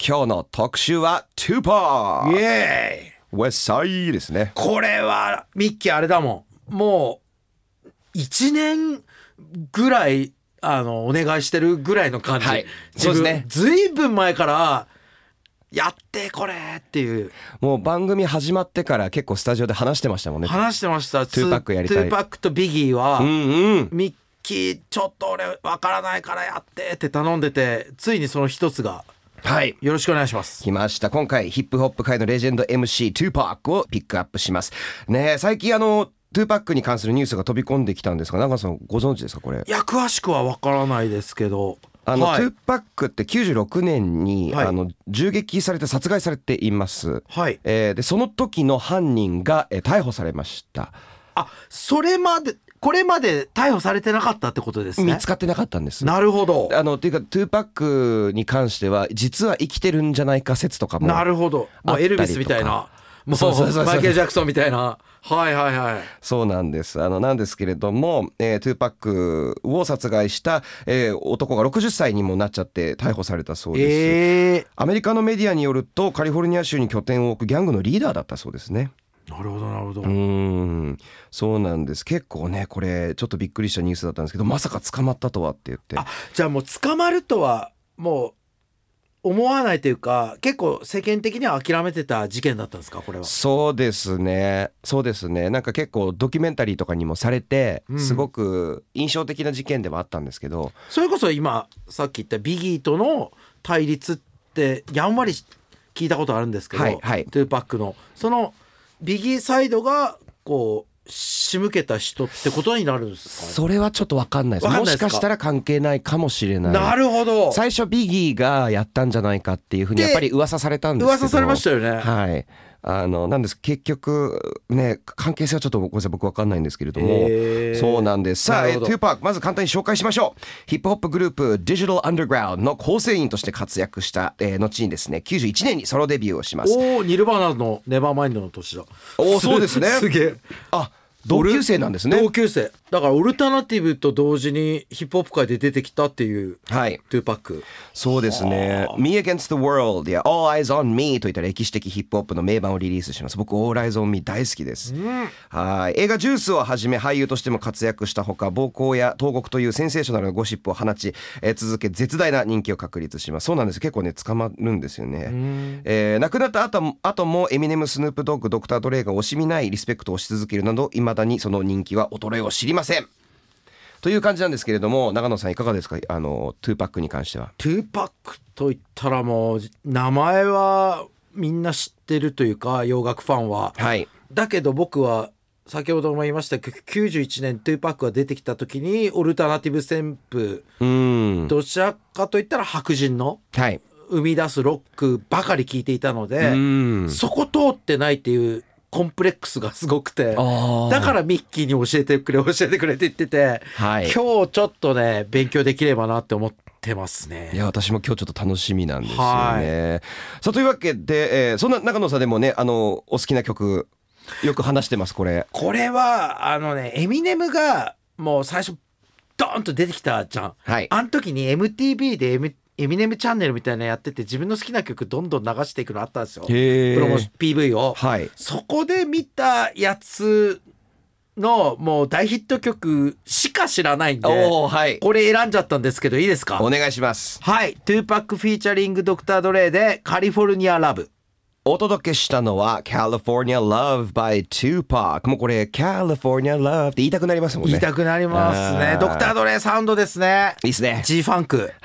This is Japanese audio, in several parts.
今日の特集はトゥーパーイエーイ。 ウェスサイですね。 これはミッキーあれだもん、もう1年ぐらいお願いしてるぐらいの感じ、 はい、そうですね。 ずいぶん前からやってこれっていう、 もう番組始まってから結構スタジオで話してましたもんね。 話してました。 トゥーパックやりたい。 トゥーパックとビギーは、ミッキーちょっと俺わからないからやってって頼んでて、ついにその一つが、 はい、 よろしくお願いします。 来ました。今回ヒップホップ界のレジェンド MC トゥーパックをピックアップしますね。最近トゥーパックに関するニュースが飛び込んできたんですが、長さんご存知ですかこれ。 いや詳しくはわからないですけど、 トゥーパックって96年に、銃撃されて殺害されています、でその時の犯人が、逮捕されました。 これまで逮捕されてなかったってことですね。 見つかってなかったんです。 なるほど。 っていうかトゥーパックに関しては実は生きてるんじゃないか説とかも。 なるほど。エルビスみたいな、もうマイケル・ジャクソンみたいな。はいはいはい。 そうなんです。なんですけれども、トゥーパックを殺害した、男が60歳にもなっちゃって逮捕されたそうです。アメリカのメディアによるとカリフォルニア州に拠点を置くギャングのリーダーだったそうですね。 なるほどなるほど。 そうなんです。結構ねこれちょっとびっくりしたニュースだったんですけど、まさか捕まったとはって言って。 じゃあもう捕まるとはもう思わないというか、結構世間的には諦めてた事件だったんですかこれは。 そうですねなんか結構ドキュメンタリーとかにもされて、すごく印象的な事件ではあったんですけど、 それこそ今さっき言ったビギーとの対立ってやんわり聞いたことあるんですけど、トゥーパックのそのビギーサイドがこう仕向けた人ってことになるんですかね。 それはちょっと分かんないです。もしかしたら関係ないかもしれない。 なるほど。 最初ビギーがやったんじゃないかっていうふうにやっぱり噂されたんですけど、 噂されましたよね。 はい。なんです結局ね関係性はちょっとごめんなさい僕分かんないんですけれども、そうなんです。さあトゥーパックまず簡単に紹介しましょう。ヒップホップグループディジタルアンダーグラウンドの構成員として活躍した、後にですね91年にソロデビューをします。 ニルバーナのネバーマインドの年だ。 そうですね。 すげえ。 同級生なんですね。 同級生だからオルタナティブと同時にヒップホップ界で出てきたっていう、トゥーパック。 そうですね。Me Against the World や All Eyes on Me といった歴史的ヒップホップの名盤をリリースします。僕 All Eyes on Me 大好きです。映画ジュースをはじめ俳優としても活躍したほか、暴行や投獄というセンセーショナルなゴシップを放ち、続け絶大な人気を確立します。そうなんです。結構ね捕まるんですよね。亡くなった後もエミネム、スヌープドッグ、ドクター・ドレイが惜しみないリスペクトをし続けるなど、未だにその人気は衰えを知りませんという感じなんですけれども、長野さんいかがですか。トゥーパックに関しては。 トゥーパックといったらもう名前はみんな知ってるというか、洋楽ファンは、だけど僕は先ほども言いましたけど91年トゥーパックが出てきた時にオルタナティブ旋風、どちらかといったら白人の生み出すロックばかり聴いていたので、そこ通ってないっていうコンプレックスがすごくて、だからミッキーに教えてくれって言ってて、今日ちょっとね勉強できればなって思ってますね。 いや私も今日ちょっと楽しみなんですよね。さあというわけで、そんな長野さんでもねお好きな曲よく話してます。これはエミネムがもう最初ドーンと出てきたじゃん。あの時に MTV でエミネムチャンネルみたいなのやってて、自分の好きな曲どんどん流していくのあったんですよ。プロモーション PV を、そこで見たやつのもう大ヒット曲しか知らないんで、これ選んじゃったんですけどいいですか。 お願いします。 トゥーパックフィーチャリングドクター・ドレイでカリフォルニア・ラブ。 お届けしたのは California Love by Tupac。もうこれ California Love って言いたくなりますもんね。 言いたくなりますね。ドクター・ドレイサウンドですね。 いいですね。 G ファンク、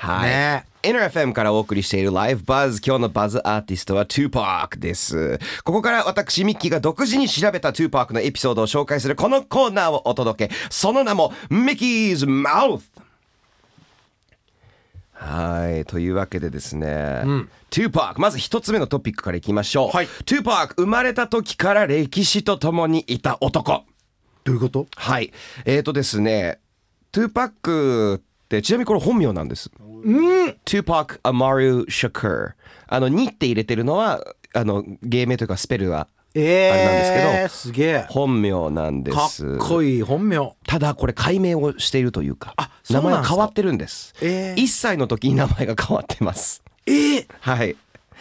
NRFM からお送りしている Live Buzz。 今日のバズアーティストは Tupac です。ここから私ミッキーが独自に調べた Tupac のエピソードを紹介するこのコーナーをお届け。その名も Mickey's Mouth。というわけでですね、トゥーパックまず一つ目のトピックからいきましょう。トゥーパック生まれた時から歴史とともにいた男。 どういうこと？ ですね、トゥーパックってちなみにこれ本名なんです。トゥーパック・アマル・シャクー。にって入れてるのは芸名というかスペルはあれなんですけど、 すげえ本名なんです。 かっこいい本名。 ただこれ改名をしているというか、名前が変わってるんです。1歳の時に名前が変わってます。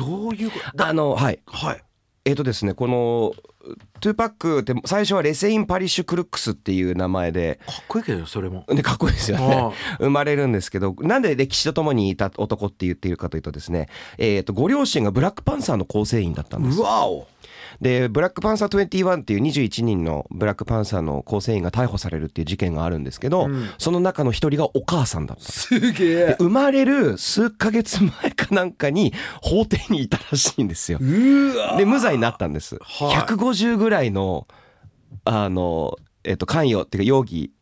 どういうはいですね、このトゥーパックって最初はレセイン・パリッシュ・クルックスっていう名前で、 かっこいいけどそれもかっこいいですよね生まれるんですけど、なんで歴史とともにいた男って言っているかというとですね、ご両親がブラックパンサーの構成員だったんです。 うわお。 でブラックパンサー21っていう21人のブラックパンサーの構成員が逮捕されるっていう事件があるんですけど、その中の一人がお母さんだった。 すげえ。 で生まれる数ヶ月前かなんかに法廷にいたらしいんですよ。で無罪になったんです、150ぐらいの関与っていうか容疑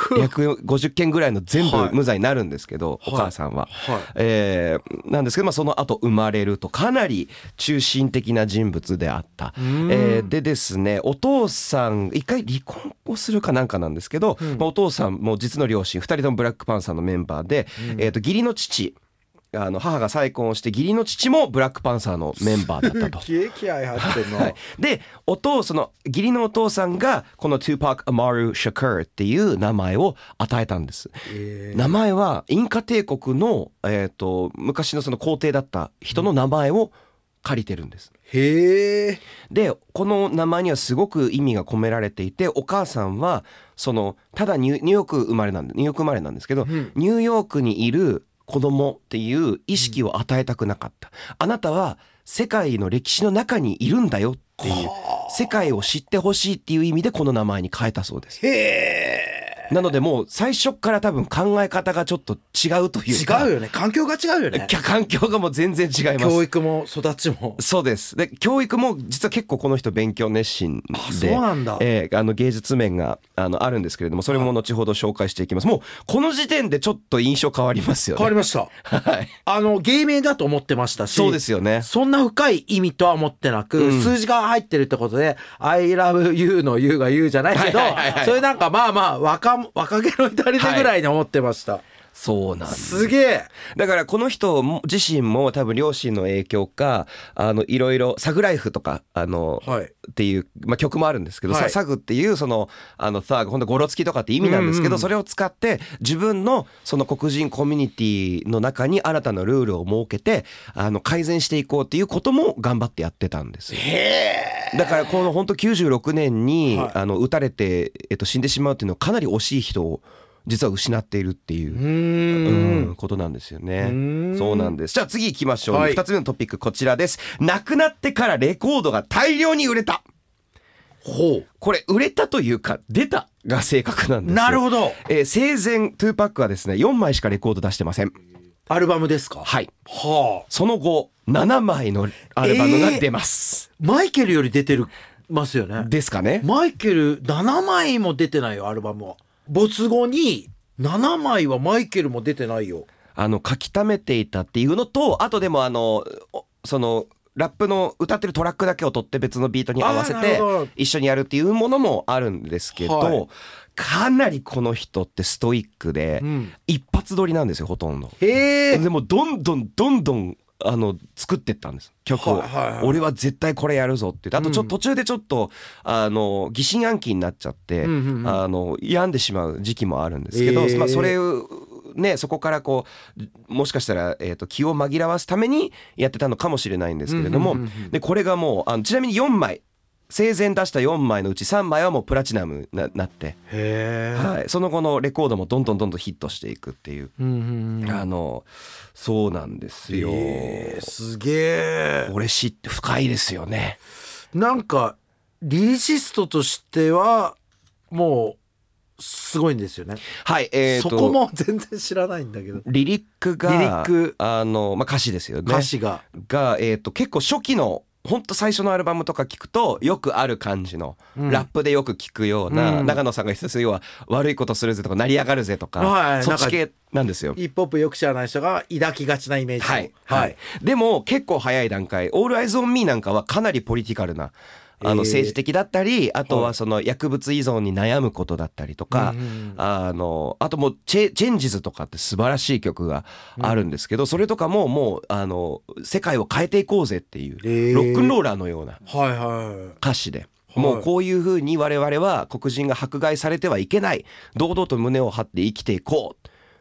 150件ぐらいの全部無罪になるんですけど、お母さんは、なんですけど、その後生まれるとかなり中心的な人物であった。でですね、お父さん一回離婚をするかなんかなんですけど、お父さんも実の両親2人ともブラックパンサーのメンバーで、義理の父母が再婚をして義理の父もブラックパンサーのメンバーだったと。 すげえ気合入ってんの、 でその義理のお父さんがこのトゥーパック・アマル・シャクーっていう名前を与えたんです。名前はインカ帝国の、昔のその皇帝だった人の名前を借りてるんです。 へえ。 でこの名前にはすごく意味が込められていて、お母さんはただニューヨーク生まれなんですけど、ニューヨークにいる子供っていう意識を与えたくなかった、あなたは世界の歴史の中にいるんだよっていう、世界を知ってほしいっていう意味でこの名前に変えたそうです。 へえ。 なのでもう最初から多分考え方がちょっと違うというか、 違うよね、環境が違うよね。 環境がもう全然違います。 教育も育ちも。 そうです。で教育も実は結構この人勉強熱心で、 そうなんだ。 芸術面があるんですけれども、それも後ほど紹介していきます。もうこの時点でちょっと印象変わりますよね。 変わりました。はい。芸名だと思ってましたし、 そうですよね。 そんな深い意味とは思ってなく、数字が入ってるってことで I love you の you が you じゃないけど、それなんかまあまあ若気の至りでぐらいに思ってました。 そうなんです。 すげえ。だからこの人自身も多分両親の影響かいろいろサグライフとかっていう、曲もあるんですけど、サグっていうサーグ本当ゴロつきとかって意味なんですけど、それを使って自分のその黒人コミュニティの中に新たなルールを設けて改善していこうっていうことも頑張ってやってたんですよ。だからこの本当96年に撃たれて死んでしまうっていうのはかなり惜しい人を実は失っているっていう、ことなんですよね。そうなんです。じゃあ次行きましょう。2つ目のトピックこちらです。亡くなってからレコードが大量に売れた。これ売れたというか出たが正確なんですよ。 なるほど。 生前トゥーパックはですね4枚しかレコード出してません。 アルバムですか？ はい。その後7枚のアルバムが出ます。 マイケルより出てますよね。 ですかね。 マイケル7枚も出てないよ、アルバムは。没後に7枚はマイケルも出てないよ。 書き溜めていたっていうのと、あとでもそのラップの歌ってるトラックだけを取って別のビートに合わせて一緒にやるっていうものもあるんですけど、かなりこの人ってストイックで、一発撮りなんですよほとんど。でもどんどん作ってったんです曲を、俺は絶対これやるぞって言って、あと途中でちょっと疑心暗鬼になっちゃって、病んでしまう時期もあるんですけど、それをね、そこからこうもしかしたら、気を紛らわすためにやってたのかもしれないんですけれども、でこれがもうちなみに4枚生前出した4枚のうち3枚はもうプラチナムになって、その後のレコードもどんどんヒットしていくっていう、そうなんですよ。 すげえ。 これ知って深いですよね。 なんかリリシストとしてはもうすごいんですよね。そこも全然知らないんだけど、 リリックが歌詞ですよね。 歌詞が結構初期のほんと最初のアルバムとか聞くとよくある感じの、ラップでよく聞くような、長野さんが一つ要は悪いことするぜとか成り上がるぜとか、そっち系なんですよ。 ヒップホップよく知らない人が抱きがちなイメージ。 でも結構早い段階、All Eyes on Me なんかはかなりポリティカルな政治的だったり、あとはその薬物依存に悩むことだったりとか、あともうチェンジズとかって素晴らしい曲があるんですけど、それとかももう世界を変えていこうぜっていうロックンローラーのような歌詞で、もうこういう風に我々は黒人が迫害されてはいけない、堂々と胸を張って生きていこう、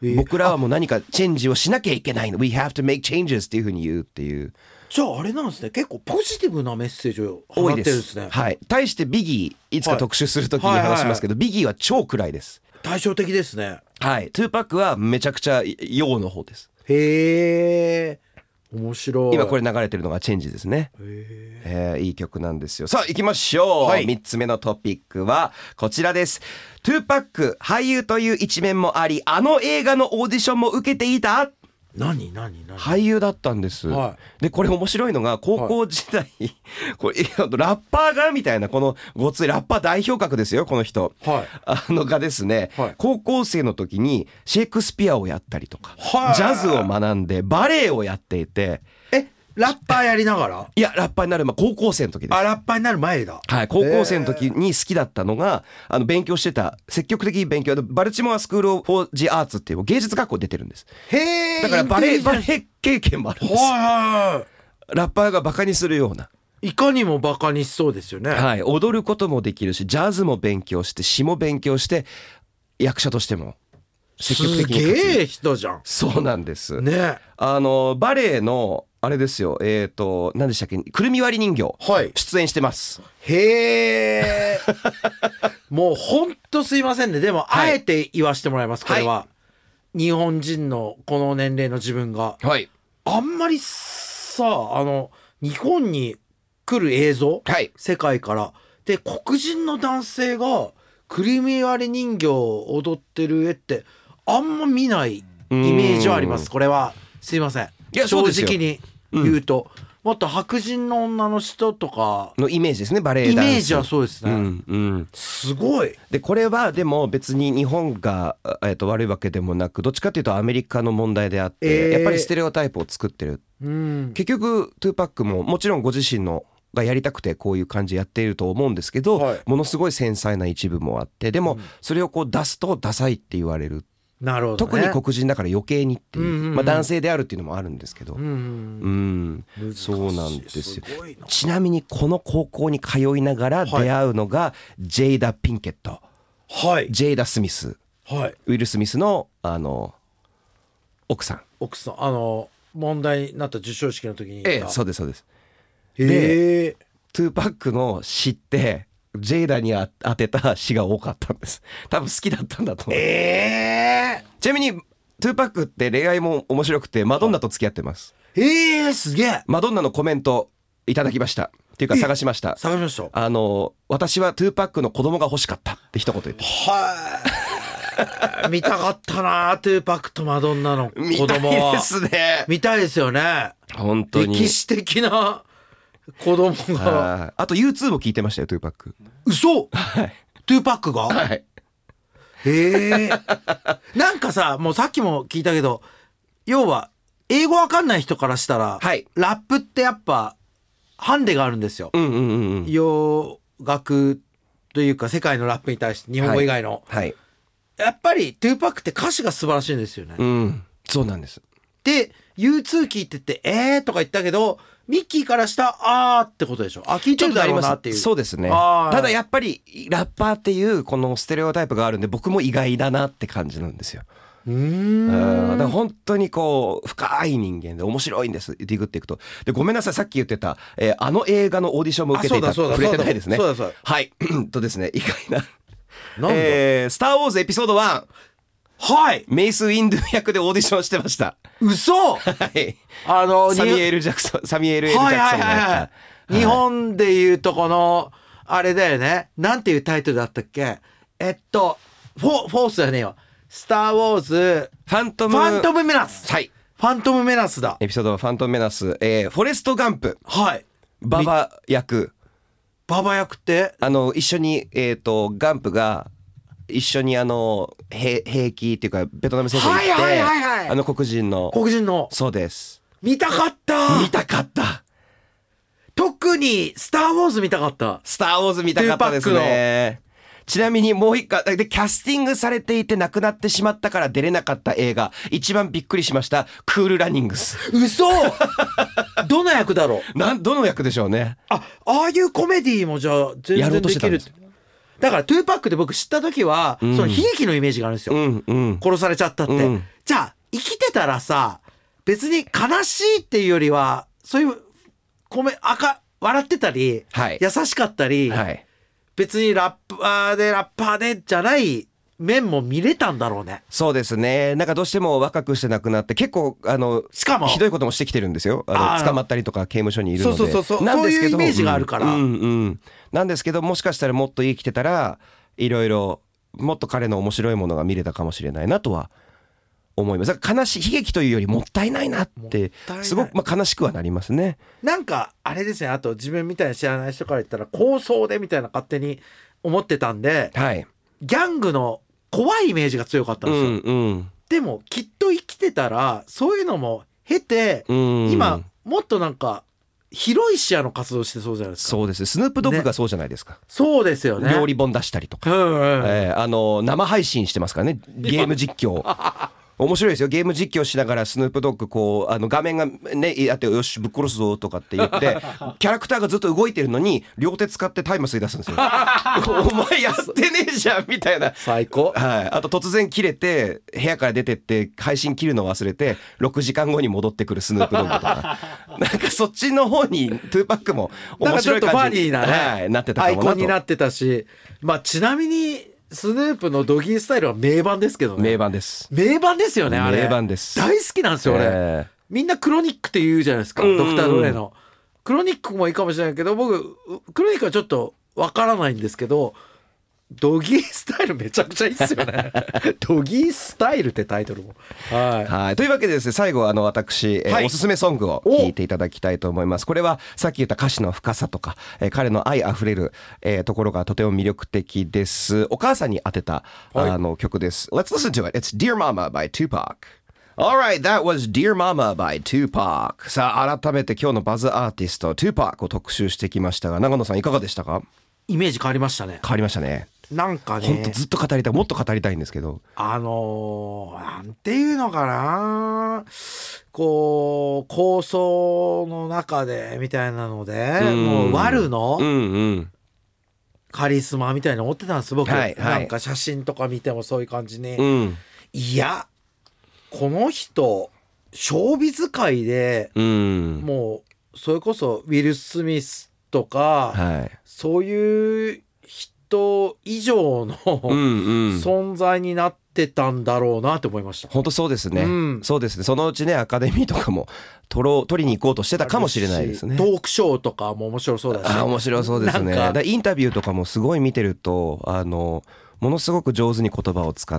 僕らはもう何かチェンジをしなきゃいけないの We have to make changes っていうふうに言うっていう。 じゃああれなんですね、結構ポジティブなメッセージを放ってるんですね。 はい、対してビギーいつか特集するときに話しますけど、ビギーは超暗いです。 対照的ですね。 はい、トゥーパックはめちゃくちゃ陽の方です。 へー、面白い。 今これ流れてるのがチェンジですね。いい曲なんですよ。さあ行きましょう、はい、3つ目のトピックはこちらです。トゥーパック俳優という一面もあり、あの映画のオーディションも受けていた。 何俳優だったんです、はい、でこれ面白いのが高校時代、はい、これラッパーがみたいな、このごついラッパー代表格ですよこの人、はい、がですね、はい、高校生の時にシェイクスピアをやったりとか、はい、ジャズを学んでバレエをやっていて、 ラッパーやりながら？ いやラッパーになる高校生の時です。 ラッパーになる前だ。 はい、高校生の時に好きだったのが勉強してた、積極的に勉強でバルチモアスクール・フォー・ジ・アーツっていう芸術学校出てるんです。 へー、 だからバレエ経験もあるんです。ラッパーがバカにするような、 いかにもバカにしそうですよね。 はい、踊ることもできるしジャズも勉強して詩も勉強して役者としても積極的に活躍。 すげえ人じゃん。 そうなんですね。 バレエのあれですよ、何でしたっけ、くるみ割り人形、はい、出演してます。 へーもうほんとすいませんね。でもあえて言わせてもらいます、これは、はい、日本人のこの年齢の自分が、はい、あんまりさ日本に来る映像、はい、世界からで黒人の男性がくるみ割り人形を踊ってる絵ってあんま見ないイメージはあります。これはすいません、正直に言うと、もっと白人の女の人とかのイメージですね、バレエダンス。 イメージはそうですね、すごい。 でこれはでも別に日本が、悪いわけでもなく、どっちかというとアメリカの問題であって、やっぱりステレオタイプを作ってる、結局トゥーパックももちろんご自身のがやりたくてこういう感じやっていると思うんですけど、はい、ものすごい繊細な一部もあって、でもそれをこう出すとダサいって言われる。 なるほどね、 特に黒人だから余計にっていう、男性であるっていうのもあるんですけど、そうなんですよ。ちなみにこの高校に通いながら出会うのがジェイダ・ピンケット、はい、ジェイダ・スミス、はい、ウィル・スミスの奥さん問題になった授賞式の時にそうですそうです。でトゥーパックの詩ってジェイダに当てた詩が多かったんです。多分好きだったんだと思う。ちなみにトゥーパックって恋愛も面白くてマドンナと付き合ってます。 すげえ。 マドンナのコメントいただきました。っていうか探しました。 探しました。 私はトゥーパックの子供が欲しかったって一言言って。 見たかったな、トゥーパックとマドンナの子供は。 見たいですね。 見たいですよね。 本当に歴史的な子供が。 あと U2 も聞いてましたよ、トゥーパック。 嘘。 はい。 トゥーパックが。 はい。 なんかさ、もうさっきも聞いたけど、要は英語わかんない人からしたら、はい、ラップってやっぱハンデがあるんですよ。洋楽というか世界のラップに対して日本語以外の、はいはい、やっぱりトゥーパックって歌詞が素晴らしいんですよね。 そうなんです。 で U2 聞いててとか言ったけど、ミッキーからしたってことでしょ。聞いてるだろうなっていう。 そうですね。ただやっぱりラッパーっていうこのステレオタイプがあるんで、僕も意外だなって感じなんですよ。だから本当にこう深い人間で面白いんです、ディグっていくと。でごめんなさい、さっき言ってた、あの映画のオーディションも受けていた。触れてないですね。はいとですね、意外なスター・ウォーズエピソード1、 はい、 メイス・ウィンドゥ役でオーディションしてました。 嘘。 はい、サミュエル・L・ジャクソンが日本でいうとこのあれだよね、なんていうタイトルだったっけ。フォースだよねよ。スター・ウォーズファントムメナス。はい、 ファントムメナスだ。 エピソードはファントムメナス。フォレスト・ガンプ、 はい、 ババ役って一緒にガンプが一緒に兵器っていうかベトナム戦争行って、黒人のそうです。 見たかった。特にスター・ウォーズ見たかったですね。 ちなみにもう一回でキャスティングされていて亡くなってしまったから出れなかった映画、一番びっくりしました。クール・ランニングス。 嘘。どの役だろう。 どの役でしょうね。 ああいうコメディもじゃあ全然できる。だからトゥーパックで僕知った時は、その悲劇のイメージがあるんですよ、殺されちゃったって、 じゃあ生きてたらさ別に悲しいっていうよりはそういう笑ってたり、はい、優しかったり、はい、別にラッパーでじゃない面も見れたんだろうね。 そうですね。なんかどうしても若くして亡くなって結構しかもひどいこともしてきてるんですよ。捕まったりとか刑務所にいるので。 そういうイメージがあるから、 なんですけどもしかしたらもっと生きてたらいろいろもっと彼の面白いものが見れたかもしれないなとは思います。だから悲劇というよりもったいないなってすごく悲しくはなりますね。 なんかあれですね。あと自分みたいに知らない人から言ったら構想でみたいな勝手に思ってたんで、はい、ギャングの怖いイメージが強かったんですよ、でもきっと生きてたらそういうのも経て、今もっとなんか広い視野の活動してそうじゃないですか。 そうです。スヌープドッグがそうじゃないですか、 そうですよね。 料理本出したりとか、生配信してますからね、ゲーム実況面白いですよ。ゲーム実況しながらスヌープドッグこう画面がねあってよしぶっ殺すぞとかって言ってキャラクターがずっと動いてるのに両手使ってタイム吸い出すんですよお前やってねえじゃんみたいな。 最高。 はい。あと突然切れて部屋から出てって配信切るの忘れて6時間後に戻ってくるスヌープドッグとかなんかそっちの方にトゥーパックも面白い感じなんかちょっとファニーなね、 はい、なってたかもなと。 アイコンになってたし、ちなみにスヌープのドギースタイルは名盤ですけどね。 名盤です。 名盤ですよね。あれ名盤です。 大好きなんですよ俺、みんなクロニックって言うじゃないですか、ドクター・ドレイのクロニックもいいかもしれないけど、僕クロニックはちょっとわからないんですけど、ドギースタイルめちゃくちゃいいっすよねドギースタイルってタイトルもはい、というわけでですね、最後私、おすすめソングを聴いていただきたいと思います。これはさっき言った歌詞の深さとか、彼の愛あふれる、ところがとても魅力的です。お母さんに当てた、曲です。Let's listen to it. It's Dear Mama by Tupac.Alright, that was Dear Mama by Tupac. さあ改めて今日のバズアーティスト Tupac を特集してきましたが、長野さんいかがでしたか？ イメージ変わりましたね。 変わりましたね。 なんかね、 ほんとずっと語りたい、もっと語りたいんですけど、 なんていうのかな、こう構想の中でみたいなので、もうワルのカリスマみたいなの思ってたんです僕、なんか写真とか見てもそういう感じに、いやこの人ショービズ界で、もうそれこそウィル・スミスとか、そういう人以上の、存在になってたんだろうなって思いました。 本当そうですね、そうですね。そのうちねアカデミーとかも取りに行こうとしてたかもしれないですね。 トークショーとかも面白そうだし、 面白そうですね。だインタビューとかもすごい見てるとものすごく上手に言葉を使って、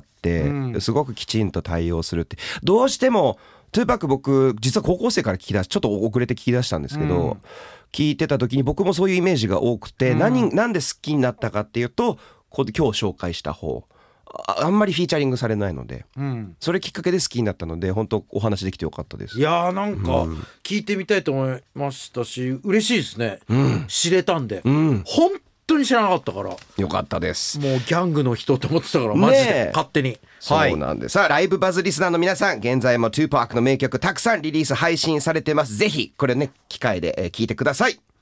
すごくきちんと対応するって。どうしてもトゥーパック僕実は高校生から聞き出しちょっと遅れて聞き出したんですけど、聞いてた時に僕もそういうイメージが多くて、なんで好きになったかっていうと今日紹介した方あんまりフィーチャリングされないので、それきっかけで好きになったので本当お話できてよかったです。 いやーなんか聞いてみたいと思いましたし、嬉しいですね、知れたんで、本当に知らなかったからよかったです。 もうギャングの人って思ってたからマジで勝手に。 そうなんです。さあライブバズリスナーの皆さん、現在も Tupac の名曲たくさんリリース配信されてます。ぜひこれね機会で聴いてください。